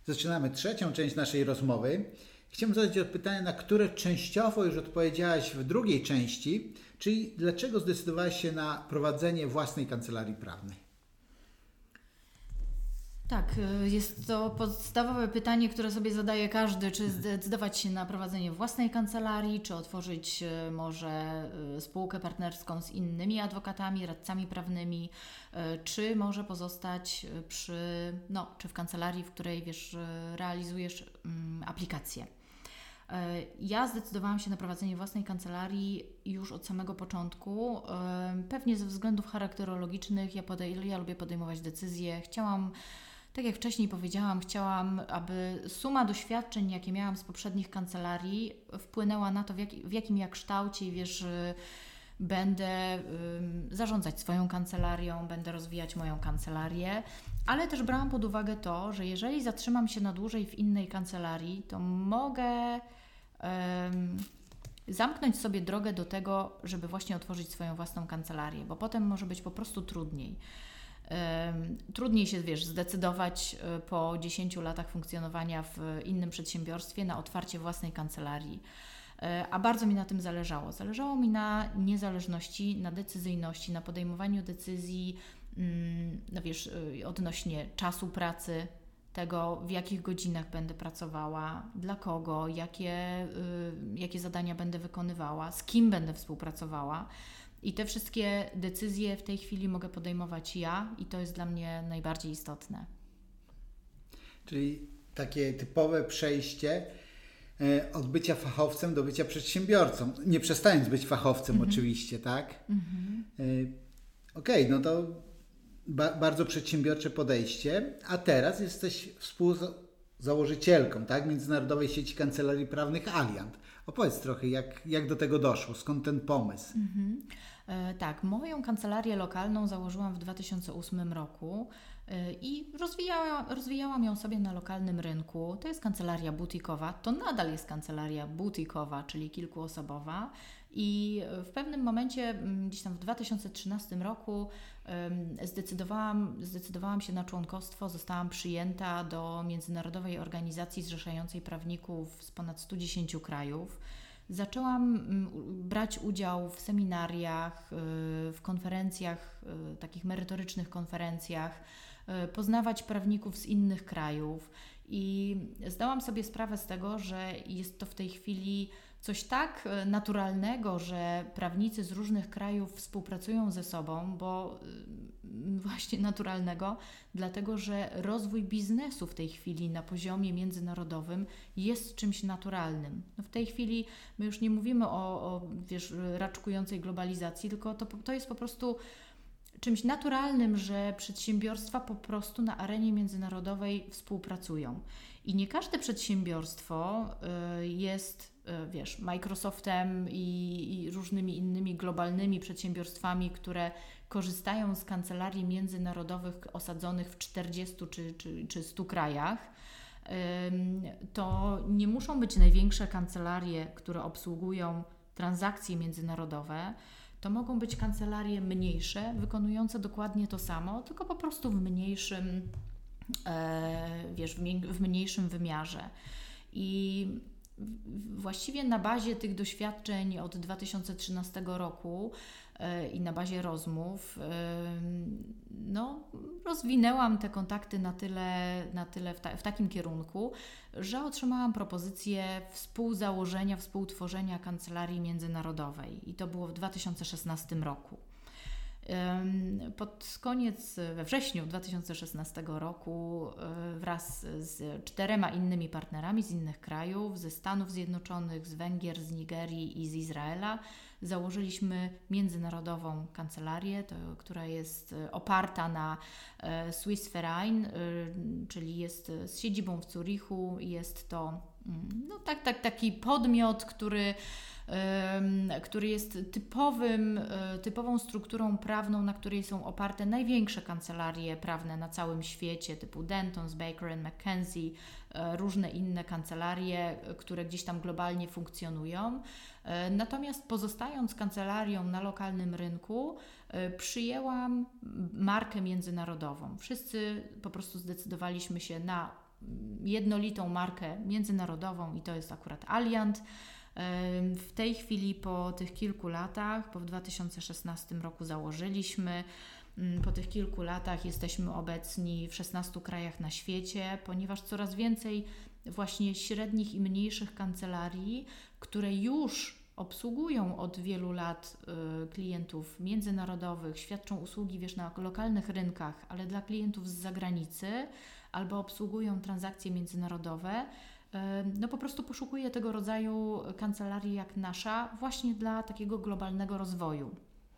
Zaczynamy trzecią część naszej rozmowy. Chciałbym zadać pytanie, na które częściowo już odpowiedziałaś w drugiej części, czyli dlaczego zdecydowałaś się na prowadzenie własnej kancelarii prawnej? Tak, jest to podstawowe pytanie, które sobie zadaje każdy, czy zdecydować się na prowadzenie własnej kancelarii, czy otworzyć może spółkę partnerską z innymi adwokatami, radcami prawnymi, czy może pozostać czy w kancelarii, w której realizujesz aplikacje. Ja zdecydowałam się na prowadzenie własnej kancelarii już od samego początku. Pewnie ze względów charakterologicznych ja lubię podejmować decyzje. Tak jak wcześniej powiedziałam, chciałam, aby suma doświadczeń, jakie miałam z poprzednich kancelarii, wpłynęła na to, w jakim ja kształcie będę zarządzać swoją kancelarią, będę rozwijać moją kancelarię, ale też brałam pod uwagę to, że jeżeli zatrzymam się na dłużej w innej kancelarii, to mogę zamknąć sobie drogę do tego, żeby właśnie otworzyć swoją własną kancelarię, bo potem może być po prostu trudniej. Trudniej się, zdecydować po 10 latach funkcjonowania w innym przedsiębiorstwie na otwarcie własnej kancelarii. A bardzo mi na tym zależało. Zależało mi na niezależności, na decyzyjności, na podejmowaniu decyzji, odnośnie czasu pracy, tego, w jakich godzinach będę pracowała, dla kogo, jakie zadania będę wykonywała, z kim będę współpracowała. I te wszystkie decyzje w tej chwili mogę podejmować ja i to jest dla mnie najbardziej istotne. Czyli takie typowe przejście od bycia fachowcem do bycia przedsiębiorcą. Nie przestając być fachowcem oczywiście, tak? Okej, no to bardzo przedsiębiorcze podejście. A teraz jesteś współzałożycielką, tak? Międzynarodowej sieci kancelarii prawnych Alliant. Opowiedz trochę, jak do tego doszło, skąd ten pomysł? Tak, moją kancelarię lokalną założyłam w 2008 roku i rozwijałam ją sobie na lokalnym rynku. To jest kancelaria butikowa, to nadal jest kancelaria butikowa, czyli kilkuosobowa. I w pewnym momencie, gdzieś tam w 2013 roku zdecydowałam się na członkostwo, zostałam przyjęta do międzynarodowej organizacji zrzeszającej prawników z ponad 110 krajów. Zaczęłam brać udział w seminariach, w konferencjach, takich merytorycznych konferencjach, poznawać prawników z innych krajów i zdałam sobie sprawę z tego, że jest to w tej chwili coś tak naturalnego, że prawnicy z różnych krajów współpracują ze sobą, bo właśnie naturalnego, dlatego że rozwój biznesu w tej chwili na poziomie międzynarodowym jest czymś naturalnym. No w tej chwili my już nie mówimy o raczkującej globalizacji, tylko to jest po prostu czymś naturalnym, że przedsiębiorstwa po prostu na arenie międzynarodowej współpracują. I nie każde przedsiębiorstwo jest, Microsoftem i różnymi innymi globalnymi przedsiębiorstwami, które korzystają z kancelarii międzynarodowych osadzonych w 40 czy 100 krajach. To nie muszą być największe kancelarie, które obsługują transakcje międzynarodowe. To mogą być kancelarie mniejsze, wykonujące dokładnie to samo, tylko po prostu w mniejszym wymiarze. I właściwie na bazie tych doświadczeń od 2013 roku i na bazie rozmów rozwinęłam te kontakty na tyle w takim kierunku, że otrzymałam propozycję współtworzenia kancelarii międzynarodowej i to było w 2016 roku. We wrześniu 2016 roku wraz z 4 innymi partnerami z innych krajów, ze Stanów Zjednoczonych, z Węgier, z Nigerii i z Izraela założyliśmy międzynarodową kancelarię, która jest oparta na Swiss Verein, czyli jest z siedzibą w Zurichu. Jest to taki podmiot, który jest typową strukturą prawną, na której są oparte największe kancelarie prawne na całym świecie, typu Dentons, Baker & McKenzie, różne inne kancelarie, które gdzieś tam globalnie funkcjonują. Natomiast pozostając kancelarią na lokalnym rynku, przyjęłam markę międzynarodową. Wszyscy po prostu zdecydowaliśmy się na jednolitą markę międzynarodową i to jest akurat Alliant. W tej chwili po tych kilku latach, bo w 2016 roku założyliśmy, po tych kilku latach jesteśmy obecni w 16 krajach na świecie, ponieważ coraz więcej właśnie średnich i mniejszych kancelarii, które już obsługują od wielu lat klientów międzynarodowych, świadczą usługi, na lokalnych rynkach, ale dla klientów z zagranicy, albo obsługują transakcje międzynarodowe, po prostu poszukuje tego rodzaju kancelarii jak nasza właśnie dla takiego globalnego rozwoju.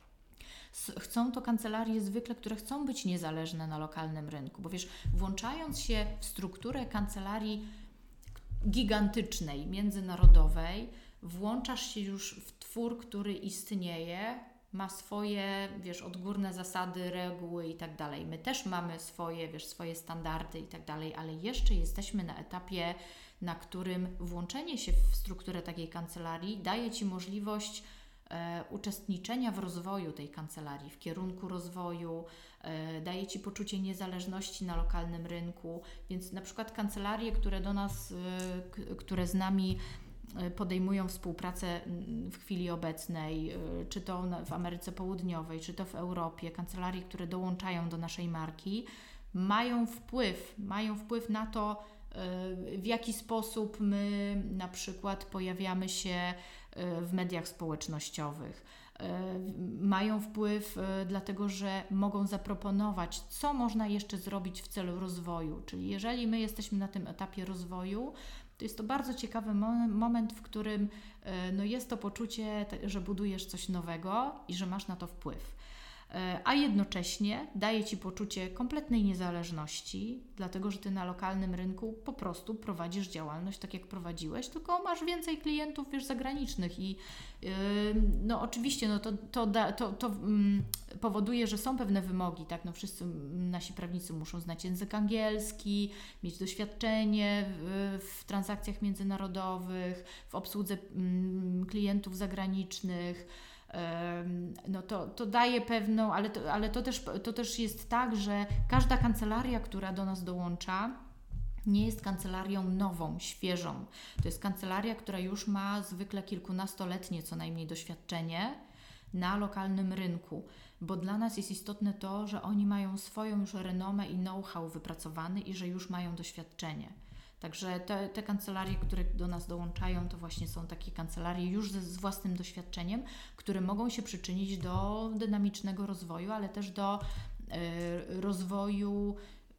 Chcą to kancelarie zwykle, które chcą być niezależne na lokalnym rynku, bo włączając się w strukturę kancelarii gigantycznej, międzynarodowej, włączasz się już w twór, który istnieje, ma swoje, odgórne zasady, reguły i tak dalej. My też mamy swoje standardy i tak dalej, ale jeszcze jesteśmy na etapie, na którym włączenie się w strukturę takiej kancelarii daje Ci możliwość uczestniczenia w rozwoju tej kancelarii, w kierunku rozwoju, daje Ci poczucie niezależności na lokalnym rynku, więc na przykład kancelarie, które z nami podejmują współpracę w chwili obecnej, czy to w Ameryce Południowej, czy to w Europie, kancelarie, które dołączają do naszej marki, mają wpływ na to, w jaki sposób my na przykład pojawiamy się w mediach społecznościowych. Mają wpływ dlatego, że mogą zaproponować, co można jeszcze zrobić w celu rozwoju. Czyli jeżeli my jesteśmy na tym etapie rozwoju, to jest to bardzo ciekawy moment, w którym jest to poczucie, że budujesz coś nowego i że masz na to wpływ. A jednocześnie daje Ci poczucie kompletnej niezależności, dlatego że Ty na lokalnym rynku po prostu prowadzisz działalność tak jak prowadziłeś, tylko masz więcej klientów zagranicznych i oczywiście to powoduje, że są pewne wymogi, tak? Wszyscy nasi prawnicy muszą znać język angielski, mieć doświadczenie w transakcjach międzynarodowych, w obsłudze klientów zagranicznych. To daje pewną, ale to też jest tak, że każda kancelaria, która do nas dołącza, nie jest kancelarią nową, świeżą. To jest kancelaria, która już ma zwykle kilkunastoletnie co najmniej doświadczenie na lokalnym rynku, bo dla nas jest istotne to, że oni mają swoją już renomę i know-how wypracowany i że już mają doświadczenie. Także te kancelarie, które do nas dołączają, to właśnie są takie kancelarie już z własnym doświadczeniem, które mogą się przyczynić do dynamicznego rozwoju, ale też do rozwoju,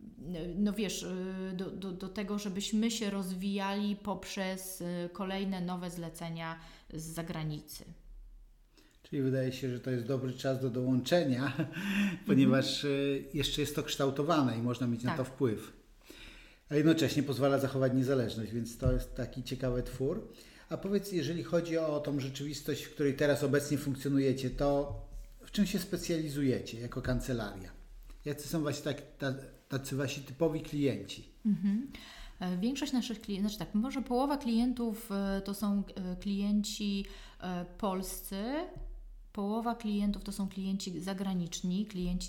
do tego, żebyśmy się rozwijali poprzez kolejne nowe zlecenia z zagranicy. Czyli wydaje się, że to jest dobry czas do dołączenia, ponieważ jeszcze jest to kształtowane i można mieć na to wpływ. A jednocześnie pozwala zachować niezależność, więc to jest taki ciekawy twór. A powiedz, jeżeli chodzi o tą rzeczywistość, w której teraz obecnie funkcjonujecie, to w czym się specjalizujecie jako kancelaria? Jacy są właśnie tacy wasi typowi klienci? Większość naszych klientów, może połowa klientów to są klienci polscy, połowa klientów to są klienci zagraniczni,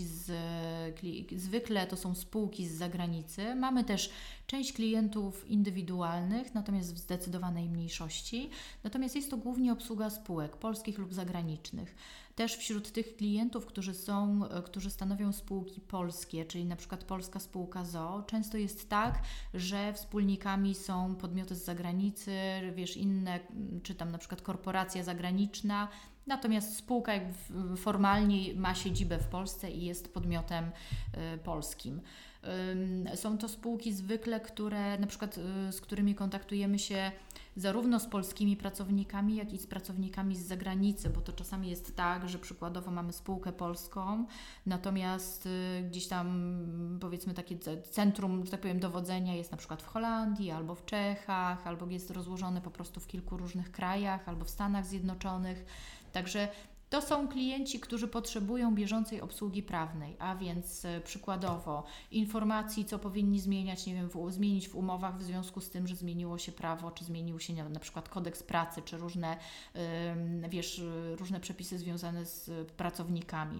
zwykle to są spółki z zagranicy. Mamy też część klientów indywidualnych, natomiast w zdecydowanej mniejszości. Natomiast jest to głównie obsługa spółek polskich lub zagranicznych. Też wśród tych klientów, którzy stanowią spółki polskie, czyli na przykład Polska Spółka z o.o., często jest tak, że wspólnikami są podmioty z zagranicy, inne, czy tam na przykład korporacja zagraniczna, natomiast spółka formalnie ma siedzibę w Polsce i jest podmiotem polskim. Są to spółki zwykle, z którymi kontaktujemy się zarówno z polskimi pracownikami, jak i z pracownikami z zagranicy, bo to czasami jest tak, że przykładowo mamy spółkę polską, natomiast gdzieś tam powiedzmy takie centrum, że tak powiem, dowodzenia jest na przykład w Holandii, albo w Czechach, albo jest rozłożone po prostu w kilku różnych krajach, albo w Stanach Zjednoczonych. Także To są klienci, którzy potrzebują bieżącej obsługi prawnej, a więc przykładowo informacji, co powinni zmieniać, nie wiem, zmienić w umowach w związku z tym, że zmieniło się prawo, czy zmienił się na przykład kodeks pracy, czy różne, różne przepisy związane z pracownikami.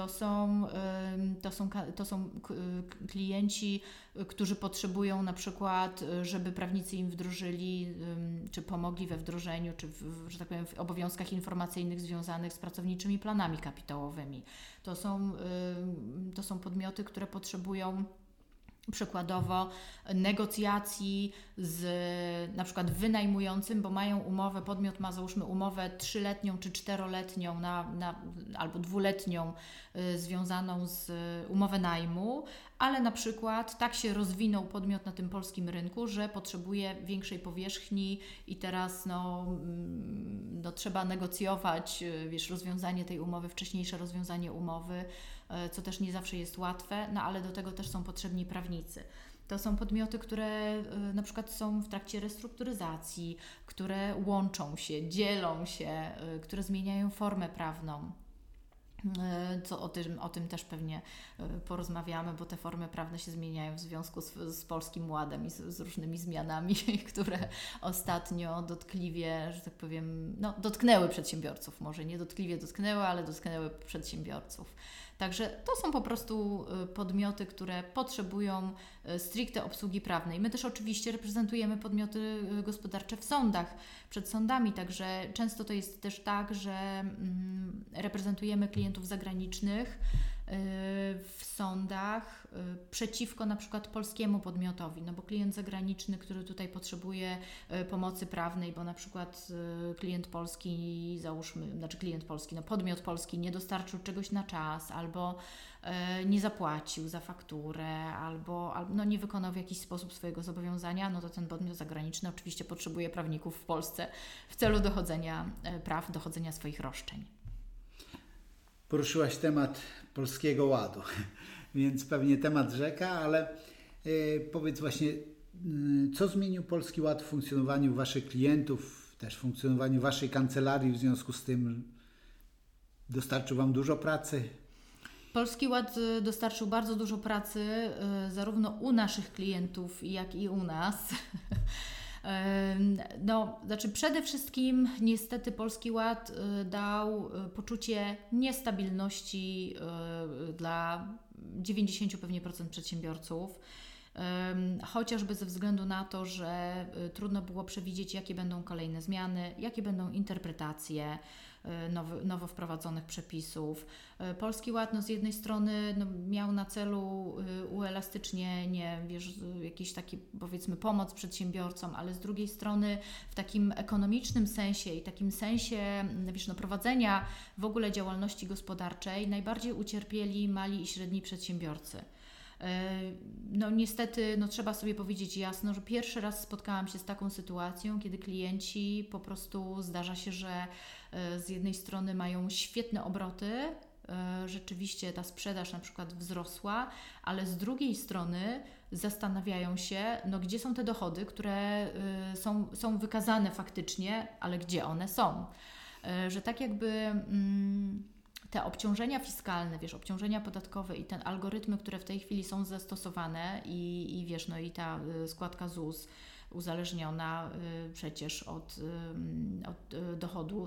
To są klienci, którzy potrzebują na przykład, żeby prawnicy im wdrożyli, czy pomogli we wdrożeniu, czy że tak powiem, w obowiązkach informacyjnych związanych z pracowniczymi planami kapitałowymi. To są podmioty, które potrzebują przykładowo negocjacji z na przykład wynajmującym, bo mają umowę, podmiot ma załóżmy umowę 3-letnią czy 4-letnią albo 2-letnią związaną z umowę najmu, ale na przykład tak się rozwinął podmiot na tym polskim rynku, że potrzebuje większej powierzchni i teraz trzeba negocjować, rozwiązanie tej umowy, wcześniejsze rozwiązanie umowy, co też nie zawsze jest łatwe, ale do tego też są potrzebni prawnicy. To są podmioty, które na przykład są w trakcie restrukturyzacji, które łączą się, dzielą się, które zmieniają formę prawną. O tym też pewnie porozmawiamy, bo te formy prawne się zmieniają w związku z Polskim Ładem i z różnymi zmianami, które ostatnio dotkliwie, że tak powiem, dotknęły przedsiębiorców. Może nie dotkliwie dotknęły, ale dotknęły przedsiębiorców. Także to są po prostu podmioty, które potrzebują stricte obsługi prawnej. My też oczywiście reprezentujemy podmioty gospodarcze w sądach, przed sądami, także często to jest też tak, że reprezentujemy klientów zagranicznych w sądach przeciwko na przykład polskiemu podmiotowi, bo klient zagraniczny, który tutaj potrzebuje pomocy prawnej, bo na przykład podmiot polski nie dostarczył czegoś na czas, albo nie zapłacił za fakturę, albo nie wykonał w jakiś sposób swojego zobowiązania, to ten podmiot zagraniczny oczywiście potrzebuje prawników w Polsce w celu dochodzenia praw, dochodzenia swoich roszczeń. Poruszyłaś temat Polskiego Ładu, więc pewnie temat rzeka, ale powiedz właśnie, co zmienił Polski Ład w funkcjonowaniu Waszych klientów, też w funkcjonowaniu Waszej kancelarii, w związku z tym dostarczył Wam dużo pracy? Polski Ład dostarczył bardzo dużo pracy, zarówno u naszych klientów, jak i u nas. Przede wszystkim niestety Polski Ład dał poczucie niestabilności dla 90% pewnie przedsiębiorców. Chociażby ze względu na to, że trudno było przewidzieć, jakie będą kolejne zmiany, jakie będą interpretacje nowo wprowadzonych przepisów. Polski Ład z jednej strony miał na celu uelastycznienie, jakiś taki powiedzmy pomoc przedsiębiorcom, ale z drugiej strony w takim ekonomicznym sensie i takim sensie prowadzenia w ogóle działalności gospodarczej najbardziej ucierpieli mali i średni przedsiębiorcy. Niestety trzeba sobie powiedzieć jasno, że pierwszy raz spotkałam się z taką sytuacją, kiedy klienci po prostu zdarza się, że z jednej strony mają świetne obroty, rzeczywiście ta sprzedaż na przykład wzrosła, ale z drugiej strony zastanawiają się, gdzie są te dochody, które są wykazane faktycznie, ale gdzie one są. Że tak jakby te obciążenia fiskalne, obciążenia podatkowe i te algorytmy, które w tej chwili są zastosowane i ta składka ZUS uzależniona przecież od dochodu,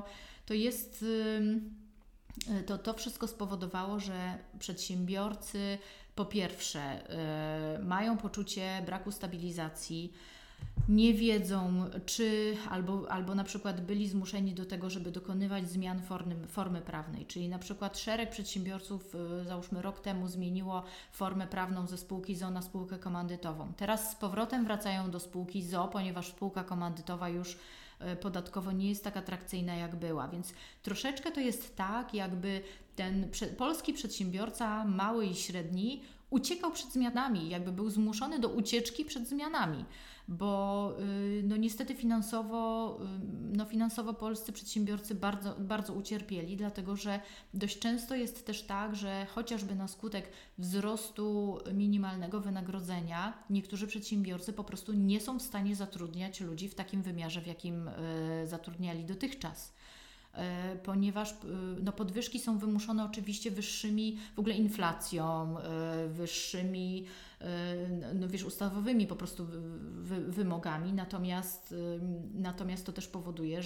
to wszystko spowodowało, że przedsiębiorcy po pierwsze mają poczucie braku stabilizacji, nie wiedzą, czy albo na przykład byli zmuszeni do tego, żeby dokonywać zmian formy prawnej, czyli na przykład szereg przedsiębiorców, załóżmy rok temu, zmieniło formę prawną ze spółki z o.o. na spółkę komandytową. Teraz z powrotem wracają do spółki z o.o., ponieważ spółka komandytowa już podatkowo nie jest tak atrakcyjna, jak była, więc troszeczkę to jest tak, jakby ten polski przedsiębiorca, mały i średni, uciekał przed zmianami, jakby był zmuszony do ucieczki przed zmianami, bo niestety finansowo polscy przedsiębiorcy bardzo, bardzo ucierpieli, dlatego że dość często jest też tak, że chociażby na skutek wzrostu minimalnego wynagrodzenia niektórzy przedsiębiorcy po prostu nie są w stanie zatrudniać ludzi w takim wymiarze, w jakim zatrudniali dotychczas. ponieważ no, podwyżki są wymuszone oczywiście wyższymi w ogóle inflacją, wyższymi no, wiesz, ustawowymi po prostu wymogami, natomiast to też powoduje,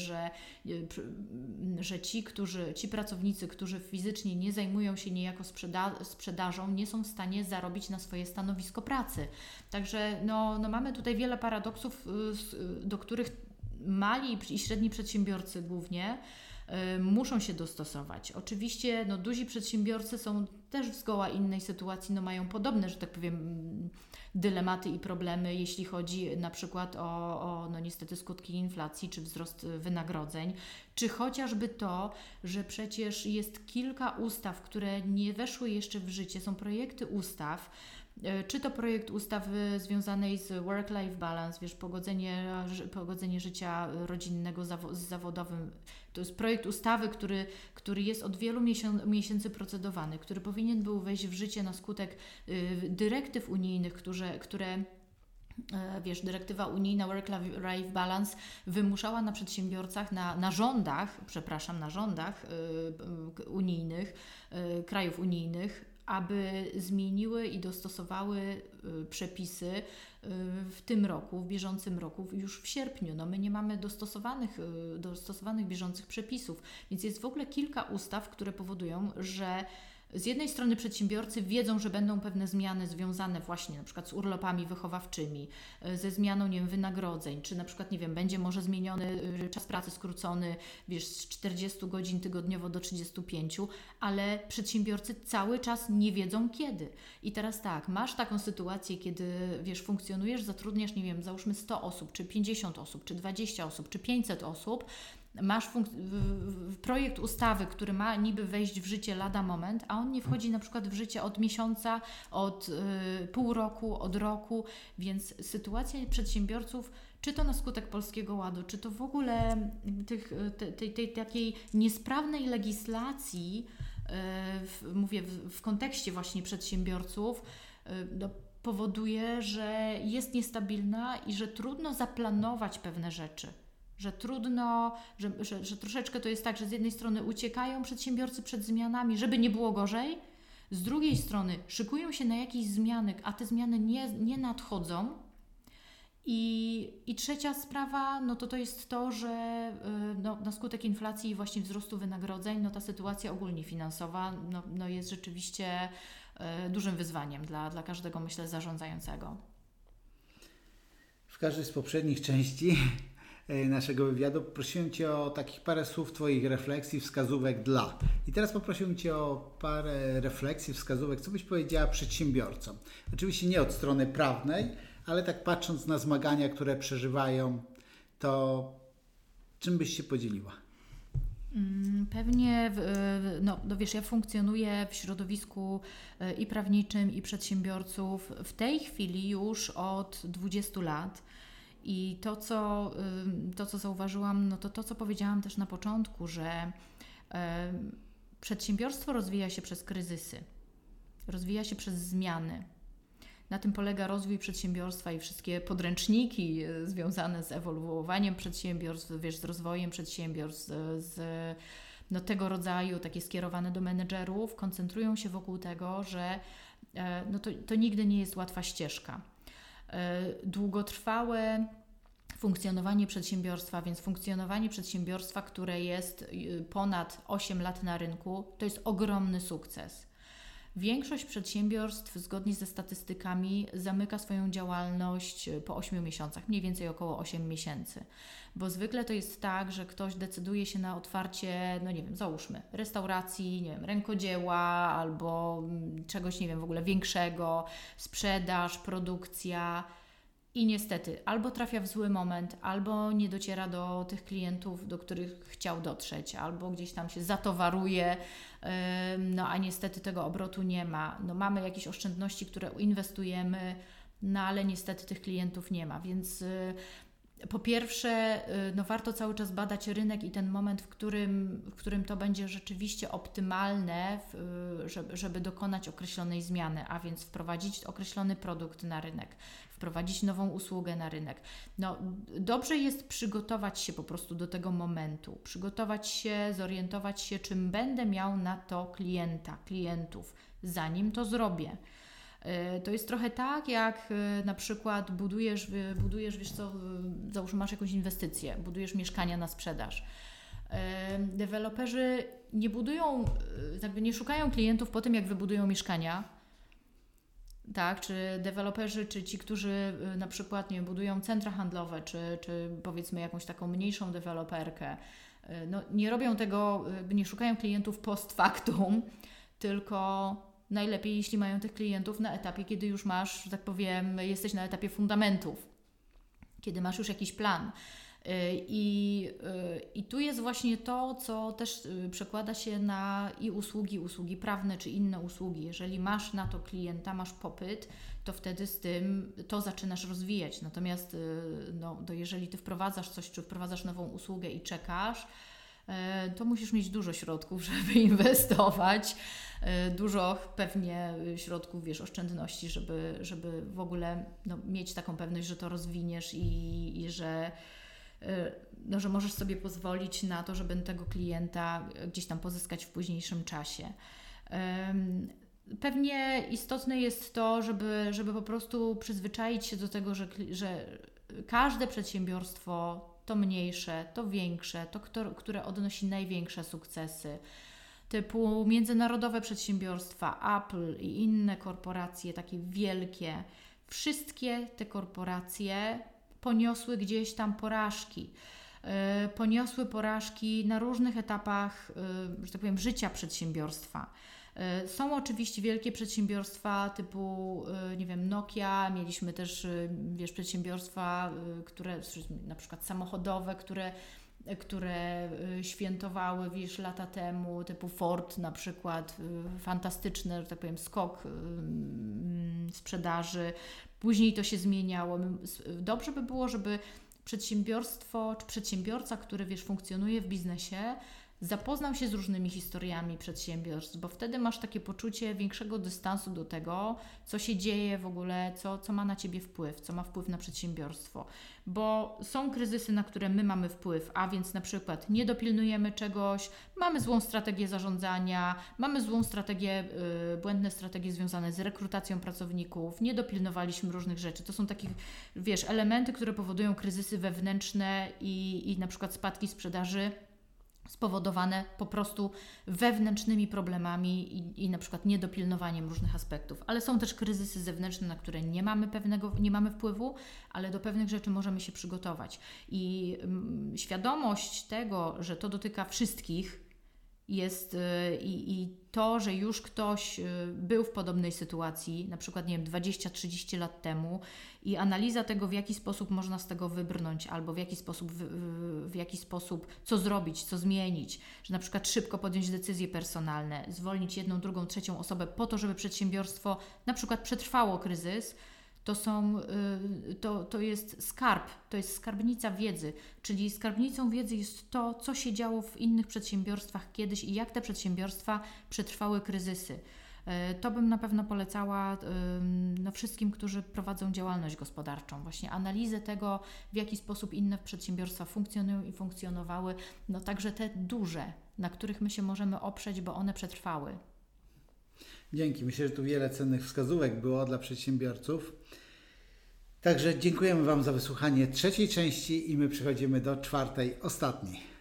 że ci pracownicy, którzy fizycznie nie zajmują się niejako sprzedażą, nie są w stanie zarobić na swoje stanowisko pracy. Także no mamy tutaj wiele paradoksów, do których mali i średni przedsiębiorcy głównie muszą się dostosować. Oczywiście no, duzi przedsiębiorcy są też w zgoła innej sytuacji, no, mają podobne, że tak powiem, dylematy i problemy, jeśli chodzi na przykład o no, niestety skutki inflacji, czy wzrost wynagrodzeń, czy chociażby to, że przecież jest kilka ustaw, które nie weszły jeszcze w życie, są projekty ustaw, czy to projekt ustawy związanej z work-life balance, wiesz, pogodzenie życia rodzinnego z zawodowym. To jest projekt ustawy, który jest od wielu miesięcy procedowany, który powinien był wejść w życie na skutek dyrektyw unijnych, które wiesz, dyrektywa unijna work-life balance wymuszała na przedsiębiorcach, na rządach unijnych, krajów unijnych, aby zmieniły i dostosowały przepisy w tym roku, w bieżącym roku, już w sierpniu. No my nie mamy dostosowanych bieżących przepisów, więc jest w ogóle kilka ustaw, które powodują, że z jednej strony przedsiębiorcy wiedzą, że będą pewne zmiany związane właśnie na przykład z urlopami wychowawczymi, ze zmianą, nie wiem, wynagrodzeń, czy na przykład, nie wiem, będzie może zmieniony czas pracy skrócony, wiesz, z 40 godzin tygodniowo do 35, ale przedsiębiorcy cały czas nie wiedzą kiedy. I teraz tak, masz taką sytuację, kiedy, wiesz, funkcjonujesz, zatrudniasz, nie wiem, załóżmy 100 osób, czy 50 osób, czy 20 osób, czy 500 osób, masz projekt ustawy, który ma niby wejść w życie lada moment, a on nie wchodzi na przykład w życie od miesiąca, od pół roku, od roku, więc sytuacja przedsiębiorców, czy to na skutek Polskiego Ładu, czy to w ogóle tej takiej niesprawnej legislacji, mówię w kontekście właśnie przedsiębiorców, powoduje, że jest niestabilna i że trudno zaplanować pewne rzeczy. Że trudno, że troszeczkę to jest tak, że z jednej strony uciekają przedsiębiorcy przed zmianami, żeby nie było gorzej, z drugiej strony szykują się na jakieś zmiany, a te zmiany nie nadchodzą. I trzecia sprawa, no to jest to, że no, na skutek inflacji i właśnie wzrostu wynagrodzeń, no ta sytuacja ogólnie finansowa no jest rzeczywiście dużym wyzwaniem dla każdego, myślę, zarządzającego. W każdej z poprzednich części naszego wywiadu prosiłem Cię o takich parę słów Twoich refleksji, wskazówek dla. I teraz poprosiłem Cię o parę refleksji, wskazówek, co byś powiedziała przedsiębiorcom. Oczywiście nie od strony prawnej, ale tak patrząc na zmagania, które przeżywają, to czym byś się podzieliła? Pewnie, no wiesz, ja funkcjonuję w środowisku i prawniczym, i przedsiębiorców w tej chwili już od 20 lat. I to, co zauważyłam, no to, co powiedziałam też na początku, że przedsiębiorstwo rozwija się przez kryzysy, rozwija się przez zmiany. Na tym polega rozwój przedsiębiorstwa i wszystkie podręczniki związane z ewoluowaniem przedsiębiorstw, wiesz, z rozwojem przedsiębiorstw, no, tego rodzaju, takie skierowane do menedżerów, koncentrują się wokół tego, że no to nigdy nie jest łatwa ścieżka. Długotrwałe funkcjonowanie przedsiębiorstwa, więc funkcjonowanie przedsiębiorstwa, które jest ponad 8 lat na rynku, to jest ogromny sukces. Większość przedsiębiorstw, zgodnie ze statystykami, zamyka swoją działalność po 8 miesiącach, mniej więcej około 8 miesięcy. Bo zwykle to jest tak, że ktoś decyduje się na otwarcie, no nie wiem, załóżmy, restauracji, nie wiem, rękodzieła albo czegoś, nie wiem, w ogóle większego, sprzedaż, produkcja. I niestety albo trafia w zły moment, albo nie dociera do tych klientów, do których chciał dotrzeć, albo gdzieś tam się zatowaruje, no a niestety tego obrotu nie ma. No mamy jakieś oszczędności, które inwestujemy, no ale niestety tych klientów nie ma, więc Po pierwsze, no warto cały czas badać rynek i ten moment, w którym to będzie rzeczywiście optymalne, żeby dokonać określonej zmiany, a więc wprowadzić określony produkt na rynek, wprowadzić nową usługę na rynek. No, dobrze jest przygotować się po prostu do tego momentu, przygotować się, zorientować się, czym będę miał na to klientów, zanim to zrobię. To jest trochę tak, jak na przykład budujesz, wiesz co, załóżmy masz jakąś inwestycję, budujesz mieszkania na sprzedaż. Deweloperzy nie budują, jakby nie szukają klientów po tym, jak wybudują mieszkania, tak, czy deweloperzy, czy ci, którzy na przykład, nie wiem, budują centra handlowe, czy powiedzmy jakąś taką mniejszą deweloperkę, no nie robią tego, nie szukają klientów post factum, tylko najlepiej, jeśli mają tych klientów na etapie, kiedy już masz, że tak powiem, jesteś na etapie fundamentów, kiedy masz już jakiś plan. I tu jest właśnie to, co też przekłada się na i usługi prawne, czy inne usługi. Jeżeli masz na to klienta, masz popyt, to wtedy z tym to zaczynasz rozwijać. Natomiast no, jeżeli Ty wprowadzasz coś, czy wprowadzasz nową usługę i czekasz, to musisz mieć dużo środków, żeby inwestować, dużo pewnie środków, wiesz, oszczędności, żeby w ogóle no, mieć taką pewność, że to rozwiniesz i że, no, że możesz sobie pozwolić na to, żeby tego klienta gdzieś tam pozyskać w późniejszym czasie. Pewnie istotne jest to, żeby po prostu przyzwyczaić się do tego, że każde przedsiębiorstwo, to mniejsze, to większe, to które odnosi największe sukcesy, typu międzynarodowe przedsiębiorstwa, Apple i inne korporacje takie wielkie, wszystkie te korporacje poniosły gdzieś tam porażki. Poniosły porażki na różnych etapach, że tak powiem, życia przedsiębiorstwa. Są oczywiście wielkie przedsiębiorstwa typu, nie wiem, Nokia, mieliśmy też, wiesz, przedsiębiorstwa, które, na przykład samochodowe, które świętowały, wiesz, lata temu, typu Ford na przykład, fantastyczny, że tak powiem, skok sprzedaży. Później to się zmieniało. Dobrze by było, żeby przedsiębiorstwo czy przedsiębiorca, który, wiesz, funkcjonuje w biznesie, zapoznał się z różnymi historiami przedsiębiorstw, bo wtedy masz takie poczucie większego dystansu do tego, co się dzieje w ogóle, co ma na Ciebie wpływ, co ma wpływ na przedsiębiorstwo. Bo są kryzysy, na które my mamy wpływ, a więc na przykład nie dopilnujemy czegoś, mamy złą strategię zarządzania, mamy złą strategię, błędne strategie związane z rekrutacją pracowników, nie dopilnowaliśmy różnych rzeczy. To są takie, wiesz, elementy, które powodują kryzysy wewnętrzne i na przykład spadki sprzedaży spowodowane po prostu wewnętrznymi problemami i na przykład niedopilnowaniem różnych aspektów. Ale są też kryzysy zewnętrzne, na które nie mamy wpływu, ale do pewnych rzeczy możemy się przygotować. I świadomość tego, że to dotyka wszystkich, jest i to, że już ktoś był w podobnej sytuacji, na przykład, nie wiem, 20-30 lat temu i analiza tego, w jaki sposób można z tego wybrnąć, albo w jaki sposób, co zrobić, co zmienić, że na przykład szybko podjąć decyzje personalne, zwolnić jedną, drugą, trzecią osobę po to, żeby przedsiębiorstwo na przykład przetrwało kryzys, to jest skarb, to jest skarbnica wiedzy, czyli skarbnicą wiedzy jest to, co się działo w innych przedsiębiorstwach kiedyś i jak te przedsiębiorstwa przetrwały kryzysy. To bym na pewno polecała wszystkim, którzy prowadzą działalność gospodarczą. Właśnie analizę tego, w jaki sposób inne przedsiębiorstwa funkcjonują i funkcjonowały, no także te duże, na których my się możemy oprzeć, bo one przetrwały. Dzięki. Myślę, że tu wiele cennych wskazówek było dla przedsiębiorców. Także dziękujemy Wam za wysłuchanie trzeciej części i my przechodzimy do czwartej, ostatniej.